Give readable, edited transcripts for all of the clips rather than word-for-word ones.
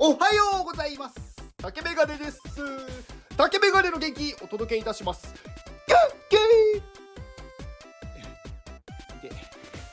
おはようございます。竹メガネです。竹メガネの元気お届けいたします。元気で、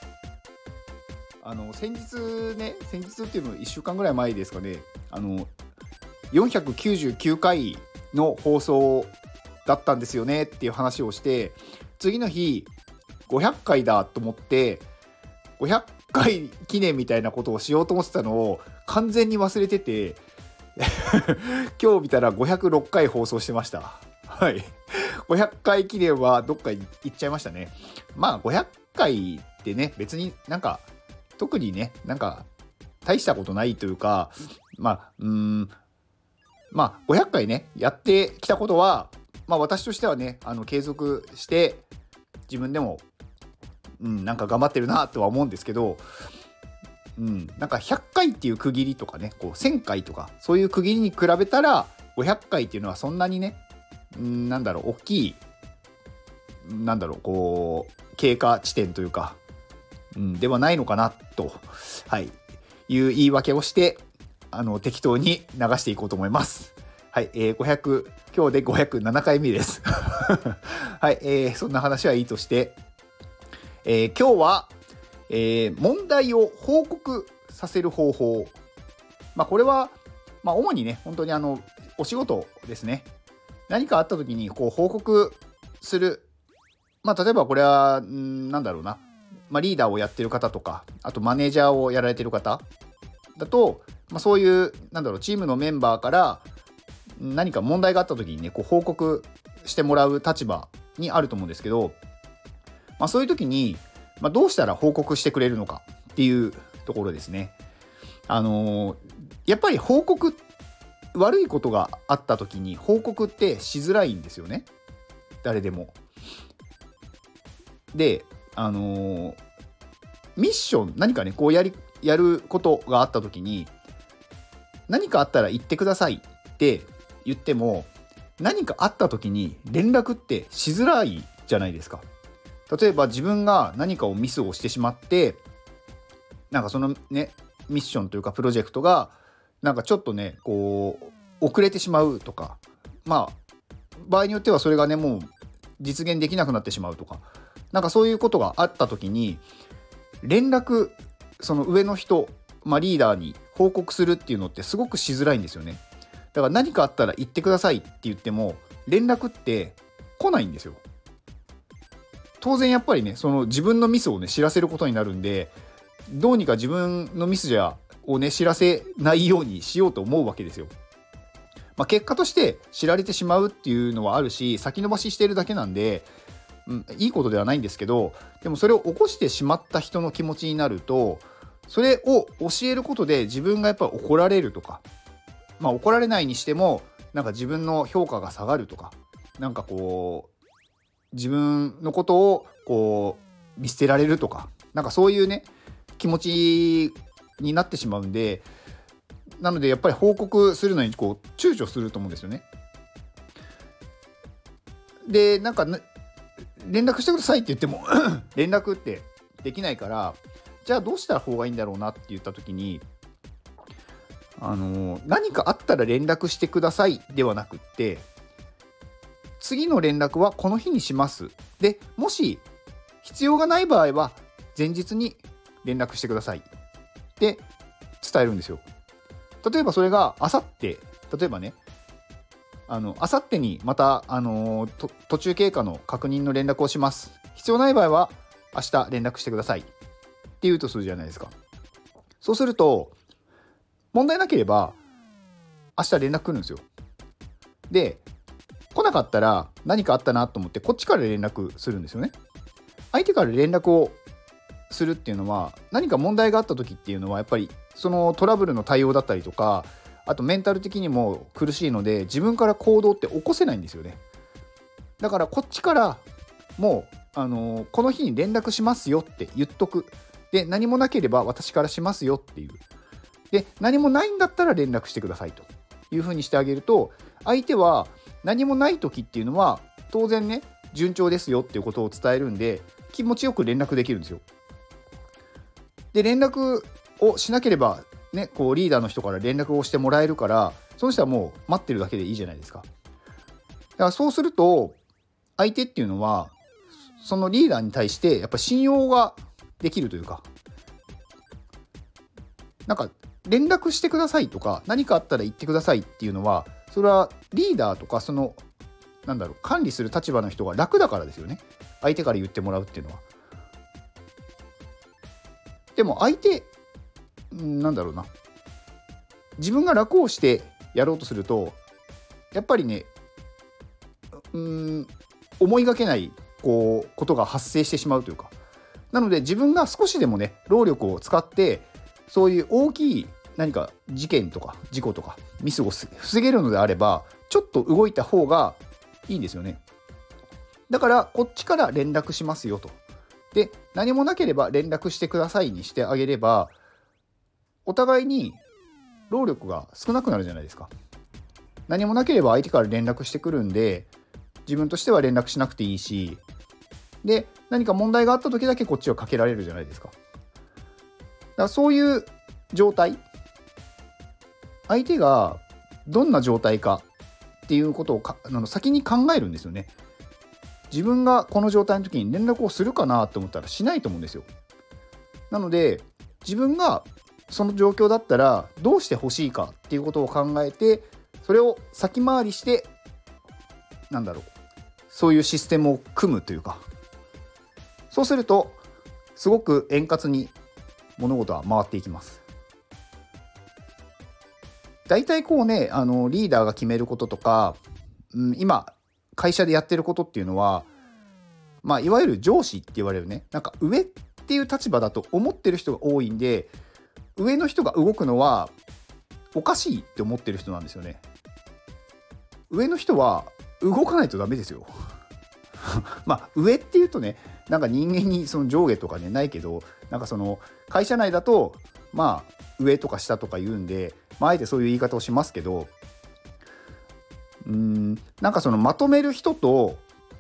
先日っていうの1週間ぐらい前ですかね、499回の放送だったんですよねっていう話をして、次の日500回だと思って500回記念みたいなことをしようと思ってたのを完全に忘れてて今日見たら506回放送してました。はい、500回記念はどっか行っちゃいましたね。まあ500回ってね、別になんか特にね、なんか大したことないというか、500回ねやってきたことは、私としてはね、継続して自分でもなんか頑張ってるなとは思うんですけど、なんか100回っていう区切りとかね、こう1000回とかそういう区切りに比べたら500回っていうのはそんなにね、大きい経過地点というか、ではないのかなと、いう言い訳をして適当に流していこうと思います。はい、今日で507回目です。はい、そんな話はいいとして、今日は、問題を報告させる方法。これは、主にね、本当にお仕事ですね。何かあった時にこう報告する。例えばこれは、リーダーをやってる方とか、あとマネージャーをやられてる方だと、そういうチームのメンバーから何か問題があった時にね、こう報告してもらう立場にあると思うんですけど、そういう時に、どうしたら報告してくれるのかっていうところですね。やっぱり悪いことがあった時に報告ってしづらいんですよね、誰でも。で、ミッション、何かねこうやることがあった時に、何かあったら言ってくださいって言っても、何かあった時に連絡ってしづらいじゃないですか。例えば自分が何かをミスをしてしまって、そのねミッションというかプロジェクトがちょっとねこう遅れてしまうとか、場合によってはそれがねもう実現できなくなってしまうとか、そういうことがあった時に連絡、その上の人、リーダーに報告するっていうのってすごくしづらいんですよね。だから何かあったら言ってくださいって言っても連絡って来ないんですよ。当然やっぱりね、その自分のミスをね知らせることになるんで、どうにか自分のミスをね知らせないようにしようと思うわけですよ。結果として知られてしまうっていうのはあるし、先延ばししてるだけなんで、いいことではないんですけど、でもそれを起こしてしまった人の気持ちになると、それを教えることで自分がやっぱり怒られるとか、怒られないにしても自分の評価が下がるとか、自分のことを見捨てられるとか、そういうね気持ちになってしまうんで、なのでやっぱり報告するのに躊躇すると思うんですよね。で連絡してくださいって言っても連絡ってできないから、じゃあどうしたら方がいいんだろうなって言った時に、何かあったら連絡してくださいではなくって、次の連絡はこの日にします。で、もし必要がない場合は前日に連絡してくださいって伝えるんですよ。例えばそれがあさって、例えばね、あさってにまた、途中経過の確認の連絡をします。必要ない場合は明日連絡してくださいって言うとするじゃないですか。そうすると問題なければ明日連絡来るんですよ。で、来なかったら何かあったなと思ってこっちから連絡するんですよね。相手から連絡をするっていうのは、何か問題があった時っていうのはやっぱりそのトラブルの対応だったりとか、あとメンタル的にも苦しいので自分から行動って起こせないんですよね。だからこっちからもうこの日に連絡しますよって言っとく。で、何もなければ私からしますよっていう。で、何もないんだったら連絡してくださいというふうにしてあげると、相手は何もない時っていうのは当然ね順調ですよっていうことを伝えるんで、気持ちよく連絡できるんですよ。で、連絡をしなければね、こうリーダーの人から連絡をしてもらえるから、その人はもう待ってるだけでいいじゃないですか。だからそうすると相手っていうのはそのリーダーに対してやっぱ信用ができるというか、なんか連絡してくださいとか何かあったら言ってくださいっていうのは、それはリーダーとかその管理する立場の人が楽だからですよね。相手から言ってもらうっていうのは。でも相手自分が楽をしてやろうとするとやっぱりね、思いがけないことが発生してしまうというか、なので自分が少しでもね労力を使ってそういう大きい何か事件とか事故とかミスを防げるのであれば、ちょっと動いた方がいいんですよね。だからこっちから連絡しますよと。で、何もなければ連絡してくださいにしてあげれば、お互いに労力が少なくなるじゃないですか。何もなければ相手から連絡してくるんで、自分としては連絡しなくていいし、で、何か問題があった時だけこっちはかけられるじゃないですか。だからそういう状態、相手がどんな状態かっていうことを先に考えるんですよね。自分がこの状態の時に連絡をするかなと思ったらしないと思うんですよ。なので自分がその状況だったらどうしてほしいかっていうことを考えて、それを先回りしてそういうシステムを組むというか、そうするとすごく円滑に物事は回っていきます。大体リーダーが決めることとか、今会社でやってることっていうのは、いわゆる上司って言われるね、上っていう立場だと思ってる人が多いんで、上の人が動くのはおかしいって思ってる人なんですよね。上の人は動かないとダメですよ。上っていうとね、人間にその上下とかねないけど、その会社内だと上とか下とか言うんで、あえてそういう言い方をしますけど、そのまとめる人と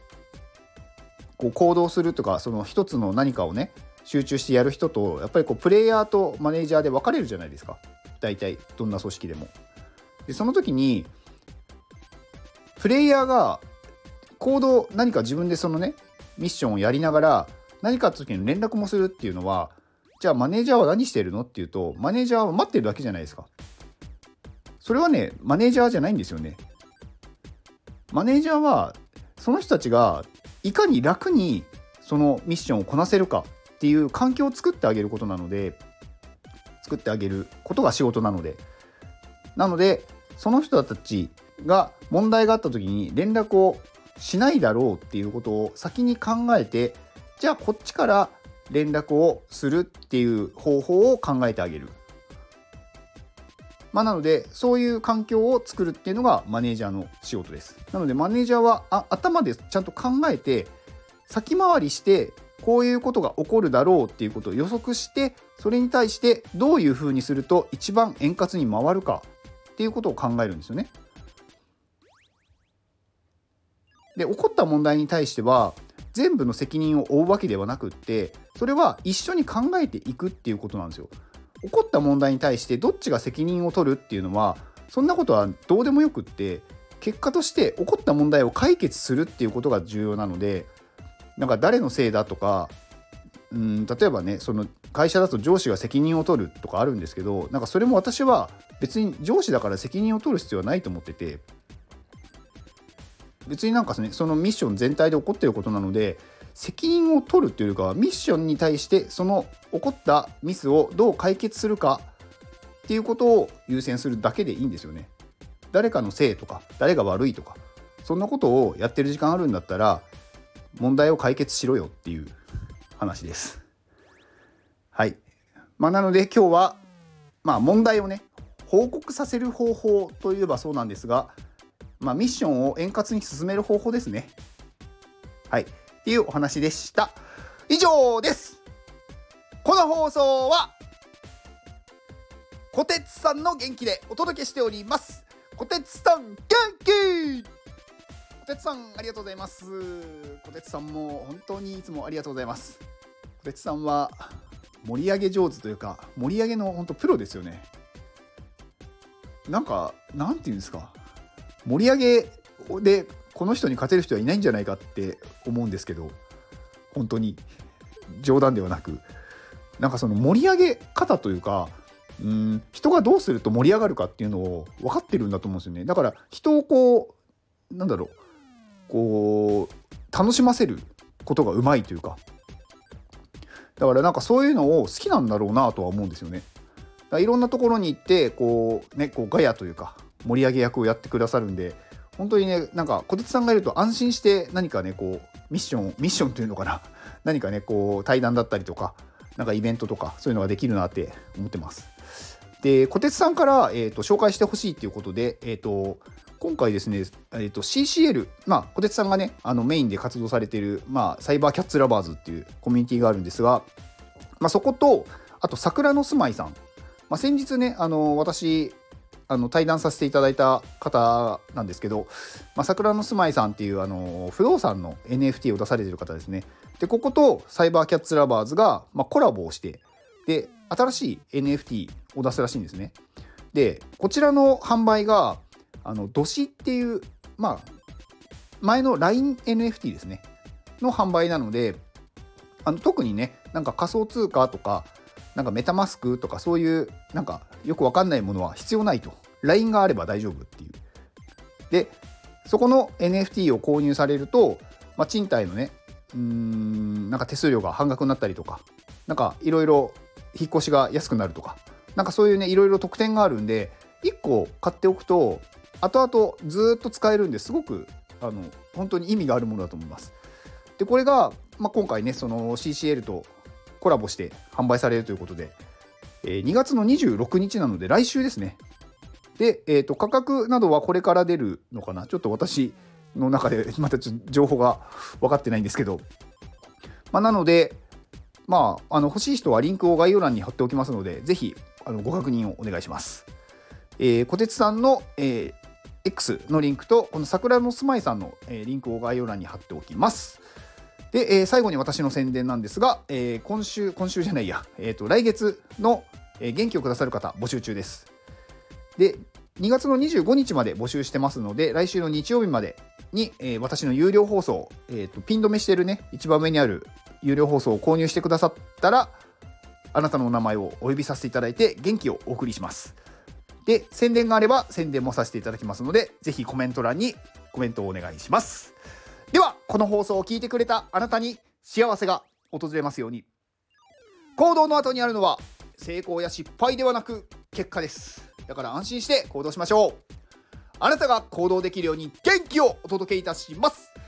行動するとか、その一つの何かをね集中してやる人と、やっぱりプレイヤーとマネージャーで分かれるじゃないですか。大体どんな組織でも。でその時にプレイヤーが何か自分でそのねミッションをやりながら何かあった時に連絡もするっていうのは、じゃあマネージャーは何してるのっていうと、マネージャーは待ってるだけじゃないですか。それはねマネージャーじゃないんですよね。マネージャーはその人たちがいかに楽にそのミッションをこなせるかっていう環境を作ってあげることが仕事なので、その人たちが問題があった時に連絡をしないだろうっていうことを先に考えて、じゃあこっちから連絡をするっていう方法を考えてあげる。なのでそういう環境を作るっていうのがマネージャーの仕事です。なのでマネージャーは頭でちゃんと考えて、先回りしてこういうことが起こるだろうっていうことを予測して、それに対してどういうふうにすると一番円滑に回るかっていうことを考えるんですよね。で、起こった問題に対しては全部の責任を負うわけではなくって、それは一緒に考えていくっていうことなんですよ。起こった問題に対してどっちが責任を取るっていうのは、そんなことはどうでもよくって、結果として起こった問題を解決するっていうことが重要なので、誰のせいだとか、例えばね、その会社だと上司が責任を取るとかあるんですけど、それも私は別に上司だから責任を取る必要はないと思ってて、別にそのミッション全体で起こっていることなので、責任を取るというよりかはミッションに対してその起こったミスをどう解決するかっていうことを優先するだけでいいんですよね。誰かのせいとか誰が悪いとか、そんなことをやってる時間あるんだったら問題を解決しろよっていう話です。はい。なので今日は問題をね報告させる方法といえばそうなんですが、ミッションを円滑に進める方法ですね。はい。っていうお話でした。以上です。この放送はこてつさんの元気でお届けしております。こてつさん元気。こてつさんありがとうございます。こてつさんも本当にいつもありがとうございます。こてつさんは盛り上げ上手というか、盛り上げの本当プロですよね。 なんかなんていうんですか、盛り上げでこの人に勝てる人はいないんじゃないかって思うんですけど、本当に冗談ではなく、なんかその盛り上げ方というか、人がどうすると盛り上がるかっていうのを分かってるんだと思うんですよね。だから人をこうなんだろう、こう楽しませることがうまいというか、だからなんかそういうのを好きなんだろうなとは思うんですよね。だからいろんなところに行ってこうガヤというか盛り上げ役をやってくださるんで、本当にね、なんか小鉄さんがいると安心して何かねこうミッションというのかな、何かねこう対談だったりとか、なんかイベントとかそういうのができるなって思ってます。で、小鉄さんから、紹介してほしいということで、今回ですね、CCL、小鉄さんがねメインで活動されている、サイバーキャッツラバーズっていうコミュニティがあるんですが、そこと、あと桜の住まいさん、先日ね私対談させていただいた方なんですけど、桜の住まいさんっていう不動産の NFT を出されている方ですね。でこことサイバーキャッツラバーズが、コラボをして、で新しい NFT を出すらしいんですね。でこちらの販売がドシっていう、前の LINE NFT ですねの販売なので、特にねなんか仮想通貨とかなんかメタマスクとかそういうなんかよくわかんないものは必要ないと、 LINE があれば大丈夫っていう。でそこの NFT を購入されると、賃貸のねなんか手数料が半額になったりとか、なんかいろいろ引っ越しが安くなるとか、なんかそういうねいろいろ特典があるんで、1個買っておくと後々ずっと使えるんで、すごく本当に意味があるものだと思います。でこれが、今回ねその CCL とコラボして販売されるということで、2月の26日なので来週ですね。で、価格などはこれから出るのかな、ちょっと私の中でまたちょっと情報が分かってないんですけど、なので欲しい人はリンクを概要欄に貼っておきますので、ぜひご確認をお願いします。小鉄さんの、X のリンクとこの桜の住まいさんの、リンクを概要欄に貼っておきます。で、最後に私の宣伝なんですが、来月の、元気をくださる方募集中です。で2月の25日まで募集してますので、来週の日曜日までに、私の有料放送、ピン止めしてるね一番上にある有料放送を購入してくださったら、あなたのお名前をお呼びさせていただいて元気をお送りします。で宣伝があれば宣伝もさせていただきますので、ぜひコメント欄にコメントをお願いします。ではこの放送を聞いてくれたあなたに幸せが訪れますように。行動の後にあるのは成功や失敗ではなく結果です。だから安心して行動しましょう。あなたが行動できるように元気をお届けいたします。